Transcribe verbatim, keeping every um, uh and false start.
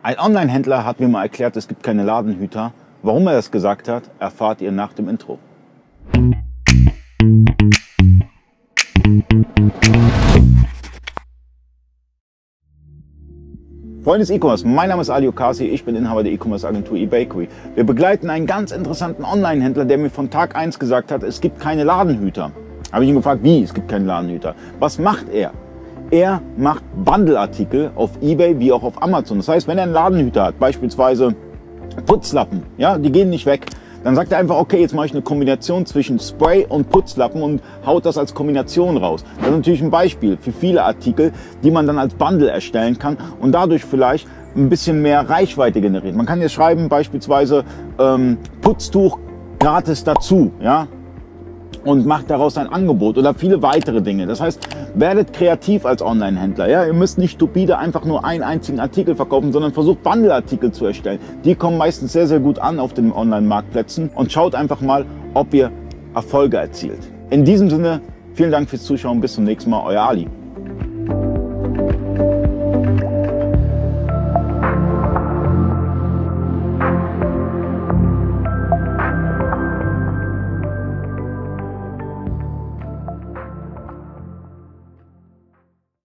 Ein Online-Händler hat mir mal erklärt, es gibt keine Ladenhüter. Warum er das gesagt hat, erfahrt ihr nach dem Intro. Freunde des E-Commerce, mein Name ist Ali Okasi, ich bin Inhaber der E-Commerce-Agentur eBakery. Wir begleiten einen ganz interessanten Online-Händler, der mir von Tag eins gesagt hat, es gibt keine Ladenhüter. Habe ich ihn gefragt, wie, es gibt keine Ladenhüter? Was macht er? Er macht Bundle-Artikel auf eBay wie auch auf Amazon. Das heißt, wenn er einen Ladenhüter hat, beispielsweise Putzlappen, ja, die gehen nicht weg, dann sagt er einfach, okay, jetzt mache ich eine Kombination zwischen Spray und Putzlappen und haut das als Kombination raus. Das ist natürlich ein Beispiel für viele Artikel, die man dann als Bundle erstellen kann und dadurch vielleicht ein bisschen mehr Reichweite generieren. Man kann jetzt schreiben, beispielsweise ähm, Putztuch gratis dazu, ja, und macht daraus ein Angebot oder viele weitere Dinge. Das heißt, werdet kreativ als Online-Händler. Ja? Ihr müsst nicht stupide einfach nur einen einzigen Artikel verkaufen, sondern versucht Bundle-Artikel zu erstellen. Die kommen meistens sehr, sehr gut an auf den Online-Marktplätzen und schaut einfach mal, ob ihr Erfolge erzielt. In diesem Sinne, vielen Dank fürs Zuschauen. Bis zum nächsten Mal. Euer Ali.